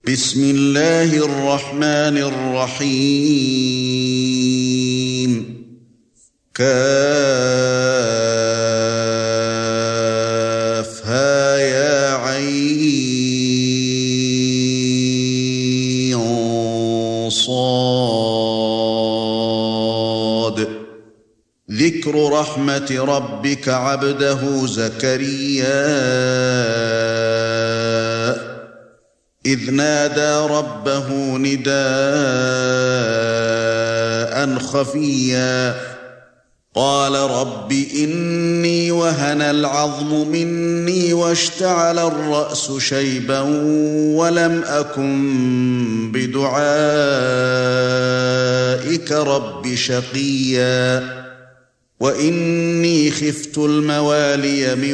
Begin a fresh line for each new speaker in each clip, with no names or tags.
بسم الله الرحمن الرحيم كافها يا عين صاد ذكر رحمة ربك عبده زكريا إذ نادى ربه نداء خفيا قال رب إني وهن العظم مني واشتعل الرأس شيبا ولم أكن بدعائك رب شقيا وإني خفت الموالي من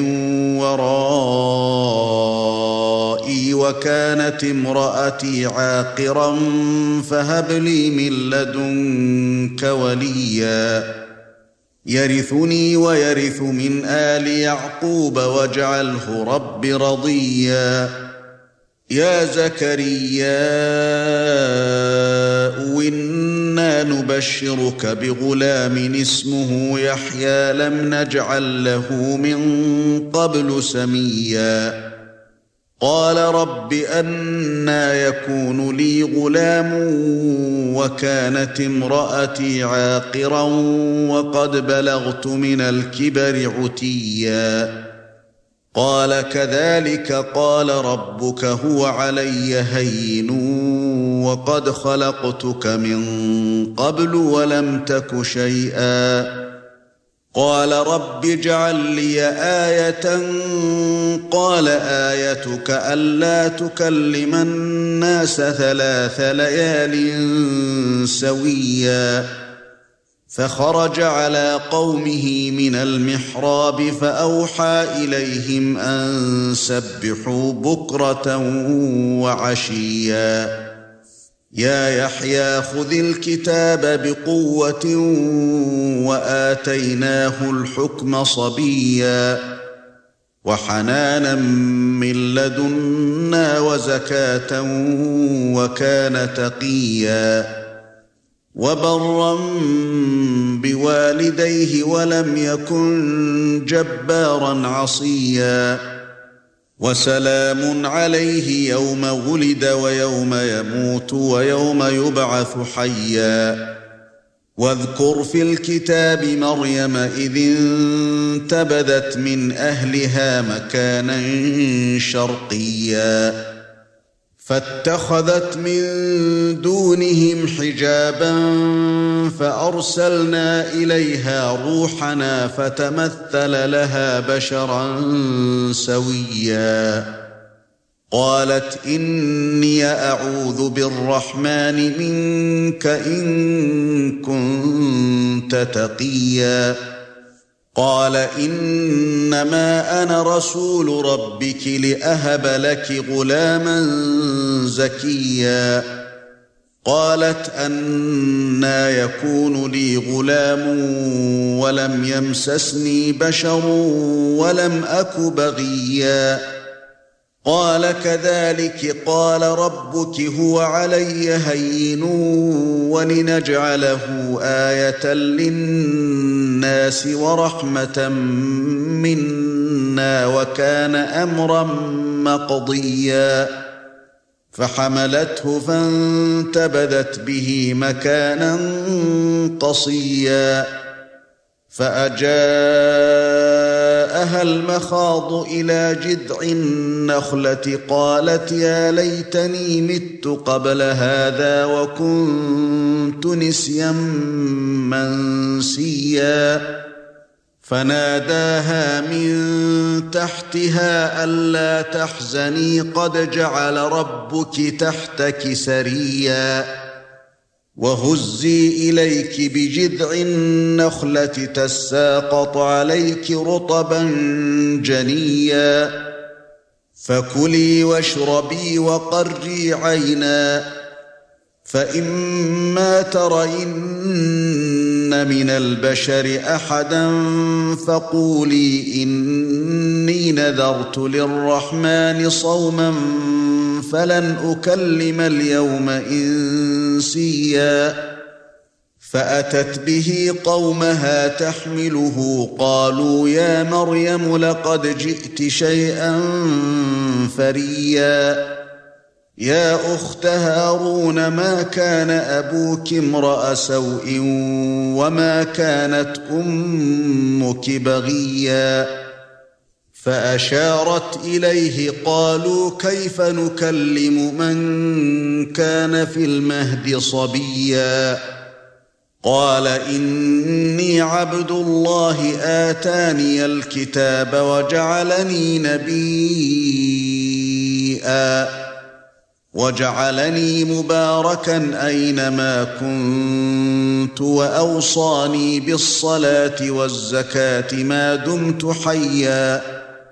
ورائي وكانت امرأتي عاقرا فهب لي من لدنك وليا يرثني ويرث من آل يعقوب واجعله رب رضيا يا زكريا إنا نبشرك بغلام اسمه يحيى لم نجعل له من قبل سميا قال رب أنى يكون لي غلام وكانت امرأتي عاقرا وقد بلغت من الكبر عتيا قال كذلك قال ربك هو علي هين وقد خلقتك من قبل ولم تك شيئا قال رب اجعل لي آية قال آيتك ألا تكلم الناس 3 ليال سويا فخرج على قومه من المحراب فأوحى إليهم أن سبحوا بكرة وعشيا يا يحيى خذ الكتاب بقوة وآتيناه الحكم صبيا وحنانا من لدنا وزكاة وكان تقيا وبرا بوالديه ولم يكن جبارا عصيا وسلام عليه يوم ولد ويوم يموت ويوم يبعث حيا واذكر في الكتاب مريم إذ انتبذت من أهلها مكانا شرقيا فاتخذت من دونهم حجابا فأرسلنا إليها روحنا فتمثل لها بشرا سويا قالت إني أعوذ بالرحمن منك إن كنت تقيا قال إنما أنا رسول ربك لأهب لك غلاما زكيا قالت أنى يكون لي غلام ولم يمسسني بشر ولم أك بغيا قال كذلك قال ربك هو علي هين ولنجعله آية للناس ورحمة منا وكان أمرا مقضيا فحملته فانتبذت به مكانا قصيا فأجاءها المخاض إلى جذع النخلة قالت يا ليتني مت قبل هذا وكنت نسيا منسيا فناداها من تحتها ألا تحزني قد جعل ربك تحتك سريا وهزي إليك بجذع النخلة تساقط عليك رطبا جنيا فكلي واشربي وقري عينا فإما ترين من البشر أحدا فقولي إني إني نذرت للرحمن صوما فلن أكلم اليوم إنسيا فأتت به قومها تحمله قالوا يا مريم لقد جئت شيئا فريا يا أخت هارون ما كان أبوك امرأ سوء وما كانت أمك بغيا فأشارت إليه قالوا كيف نكلم من كان في المهد صبيا قال إني عبد الله آتاني الكتاب وجعلني نبيا وجعلني مباركا أينما كنت وأوصاني بالصلاة والزكاة ما دمت حيا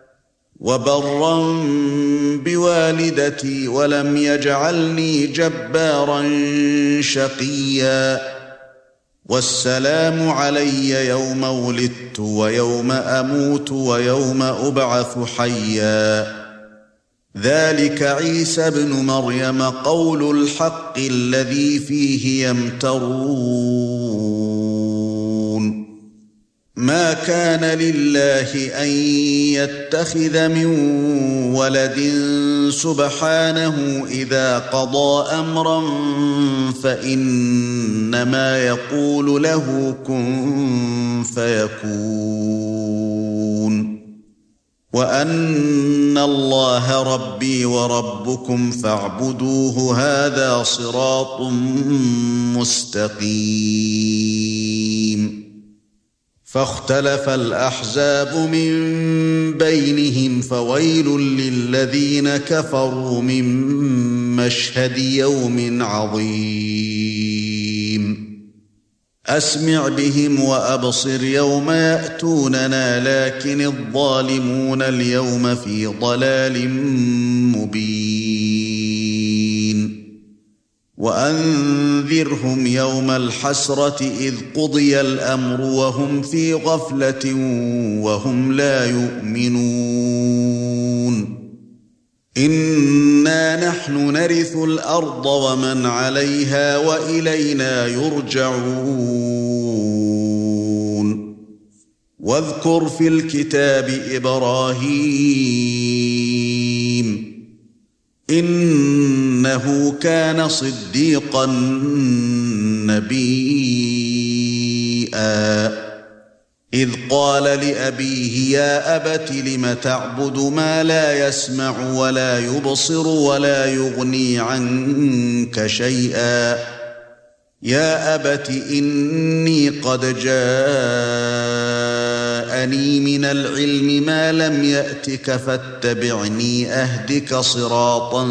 وبرا بوالدتي ولم يجعلني جبارا شقيا والسلام علي يوم ولدت ويوم أموت ويوم أبعث حيا ذلك عيسى ابن مريم قول الحق الذي فيه يمترون ما كان لله أن يتخذ من ولد سبحانه إذا قضى أمرا فإنما يقول له كن فيكون وأن الله ربي وربكم فاعبدوه هذا صراط مستقيم فاختلف الأحزاب من بينهم فويل للذين كفروا من مشهد يوم عظيم أسمع بهم وأبصر يوم يأتوننا لكن الظالمون اليوم في ضلال مبين وأنذرهم يوم الحسرة إذ قضي الأمر وهم في غفلة وهم لا يؤمنون إنا نحن نرث الأرض ومن عليها وإلينا يرجعون واذكر في الكتاب إبراهيم إنه كان صديقا نبيا إذ قال لأبيه يا أبت لم تعبد ما لا يسمع ولا يبصر ولا يغني عنك شيئا يا أبت إني قد جاءني من العلم ما لم يأتك فاتبعني أهدك صراطا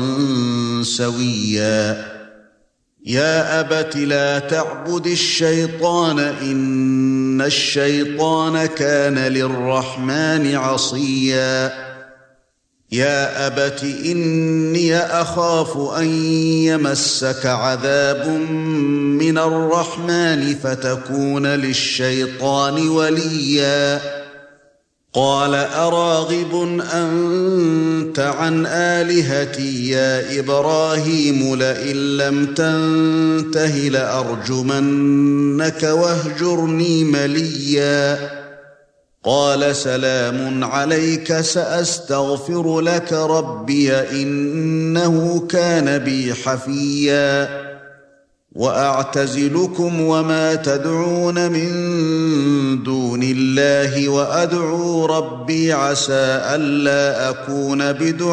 سويا يا أبت لا تعبد الشيطان إن الشيطان كان للرحمن عصيا يا أبت إني أخاف أن يمسك عذاب من الرحمن فتكون للشيطان وليا قال أراغب أنت عن آلهتي يا إبراهيم لئن لم تنته لأرجمنك واهجرني مليا قال سلام عليك سأستغفر لك ربي إنه كان بي حفيا وأعتزلكم وما تدعون من دون الله وأدعو ربي عسى ألا أكون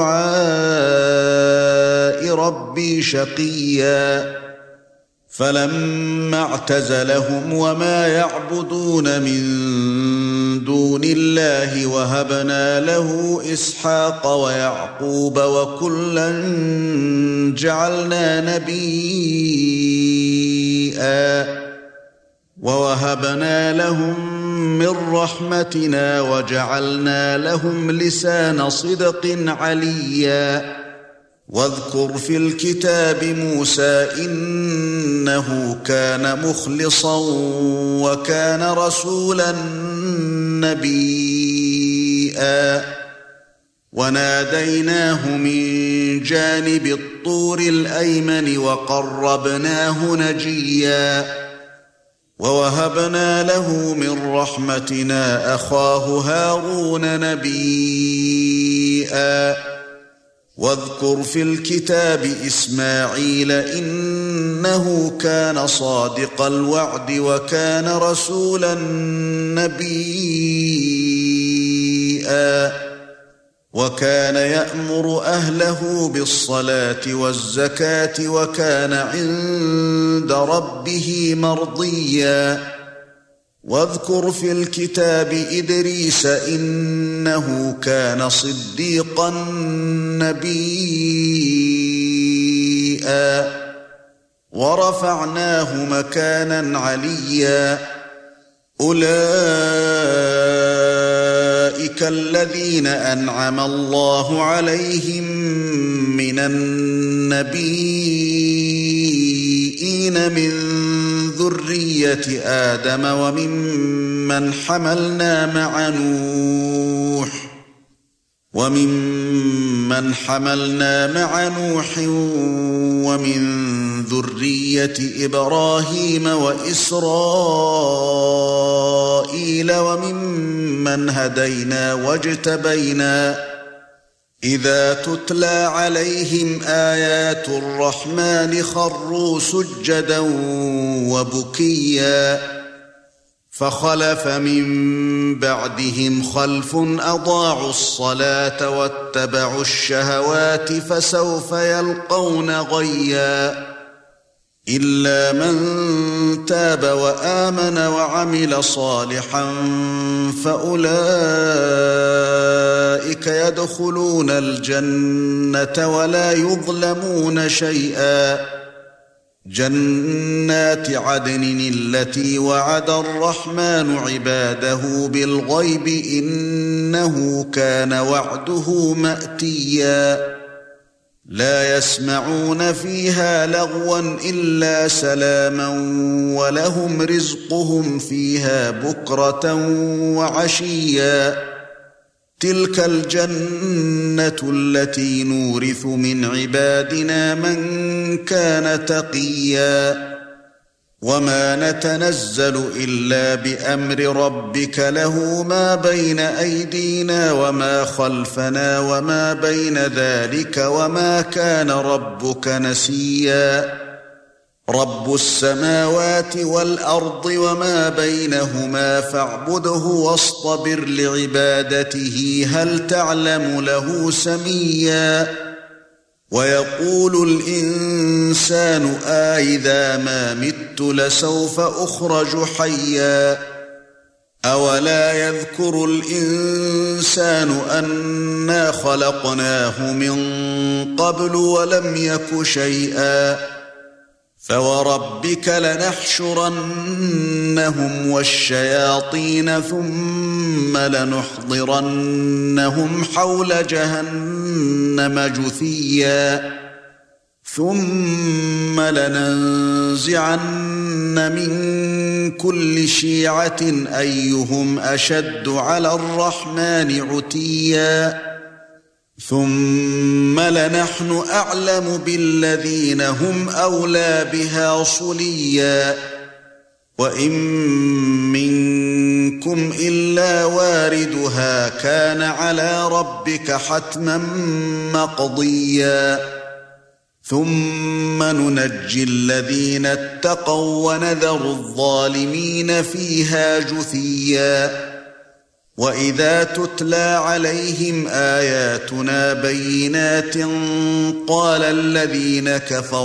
بدعاء ربي شقيا فلما اعتزلهم وما يعبدون من دون الله وهبنا له إسحاق ويعقوب وكلا جعلنا نبيا ووهبنا لهم من رحمتنا وجعلنا لهم لسان صدق عليا واذكر في الكتاب موسى إنه كان مخلصا وكان رسولا نبيا وناديناه من جانب الطور الأيمن وقربناه نجيا ووهبنا له من رحمتنا أخاه هارون نبيا واذكر في الكتاب إسماعيل إنه كان صادق الوعد وكان رسولا نبيا وكان يأمر أهله بالصلاة والزكاة وكان عند ربه مرضيا واذكر في الكتاب إدريس إنه كان صديقا نبيا ورفعناه مكانا عليا أولئك الذين أنعم الله عليهم من النبيين من ذرية آدم وممن حملنا مع نوح ومن ذرية إبراهيم وإسرائيل وممن هدينا واجتبينا إذا تتلى عليهم آيات الرحمن خروا سجدا وبكيا فخلف من بعدهم خلف أضاعوا الصلاة واتبعوا الشهوات فسوف يلقون غيا إلا من تاب وآمن وعمل صالحا فأولئك يدخلون الجنة ولا يظلمون شيئا جنات عدن التي وعد الرحمن عباده بالغيب إنه كان وعده مأتيا لا يسمعون فيها لغوا إلا سلاما ولهم رزقهم فيها بكرة وعشيا تلك الجنة التي نورث من عبادنا من كان تقيا وما نتنزل إلا بأمر ربك له ما بين أيدينا وما خلفنا وما بين ذلك وما كان ربك نسيا رب السماوات والأرض وما بينهما فاعبده واصطبر لعبادته هل تعلم له سميا ويقول الإنسان أإذا ما مت لسوف أخرج حيا أولا يذكر الإنسان أنا خلقناه من قبل ولم يك شيئا فوربك لنحشرنهم والشياطين ثم لنحضرنهم حول جهنم جثيا ثم لننزعن من كل شيعة أيهم أشد على الرحمن عتيا ثم لنحن أعلم بالذين هم أولى بها صليا وإن منكم إلا واردها كان على ربك حتما مقضيا ثم ننجي الذين اتقوا ونذر الظالمين فيها جثيا وإذا تتلى عليهم آياتنا بينات قال الذين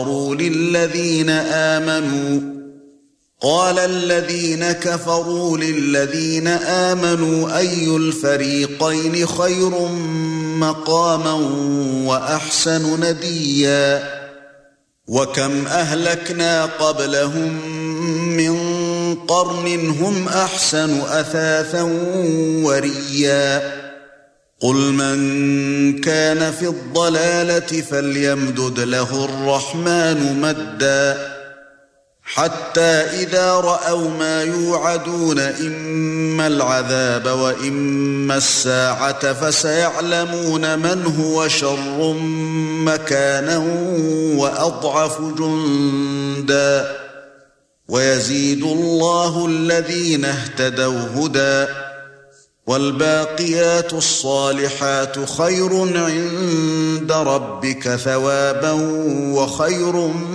كفروا للذين آمنوا أي الفريقين خير مقاما وأحسن نديا وكم أهلكنا قبلهم من قرن هم أحسن أثاثا وريا قل من كان في الضلالة فليمدد له الرحمن مدا حتى إذا رأوا ما يوعدون إما العذاب وإما الساعة فسيعلمون من هو شر مكانا وأضعف جندا ويزيد الله الذين اهتدوا هدى والباقيات الصالحات خير عند ربك ثوابا وخير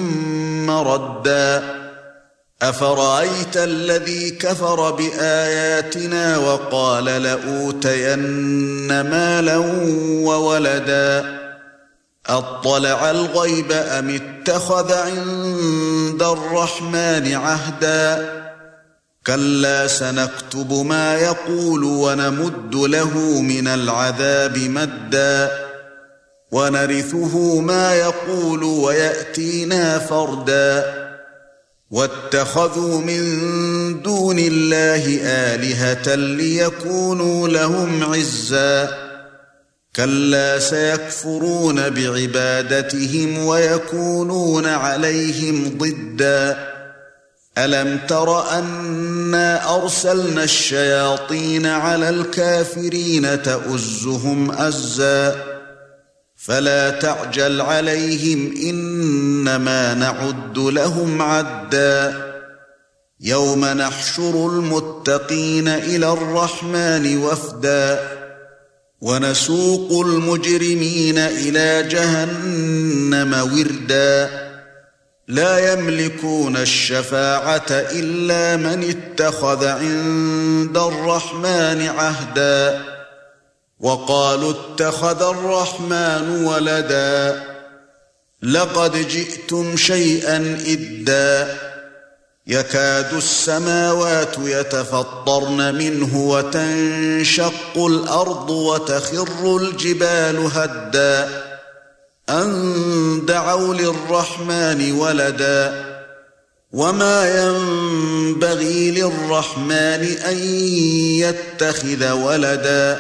مردا أفرأيت الذي كفر بآياتنا وقال لأوتين مالا وولدا أطلع الغيب أم اتخذ عند الرحمن عهدا كلا سنكتب ما يقول ونمد له من العذاب مدا ونرثه ما يقول ويأتينا فردا واتخذوا من دون الله آلهة ليكونوا لهم عزا كلا سيكفرون بعبادتهم ويكونون عليهم ضدا ألم تر أنا أرسلنا الشياطين على الكافرين تؤزهم أزا فلا تعجل عليهم إنما نعد لهم عدا يوم نحشر المتقين إلى الرحمن وفدا ونسوق المجرمين إلى جهنم وردا لا يملكون الشفاعة إلا من اتخذ عند الرحمن عهدا وقالوا اتخذ الرحمن ولدا لقد جئتم شيئا إدا يكاد السماوات يتفطرن منه وتنشق الأرض وتخر الجبال هدا أن دعوا للرحمن ولدا وما ينبغي للرحمن أن يتخذ ولدا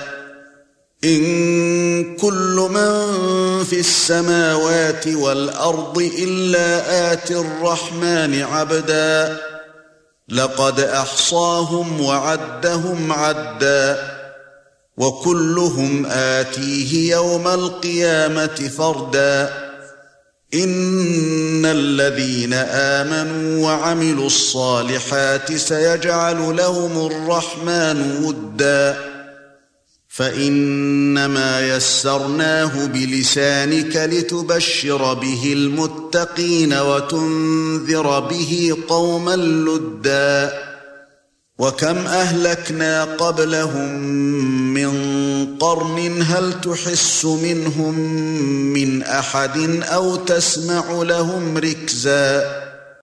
إن كل من في السماوات والأرض إلا آتي الرحمن عبدا لقد أحصاهم وعدهم عدا وكلهم آتيه يوم القيامة فردا إن الذين آمنوا وعملوا الصالحات سيجعل لهم الرحمن ودا فإنما يسرناه بلسانك لتبشر به المتقين وتنذر به قوما لدا وكم أهلكنا قبلهم من قرن هل تحس منهم من أحد أو تسمع لهم ركزا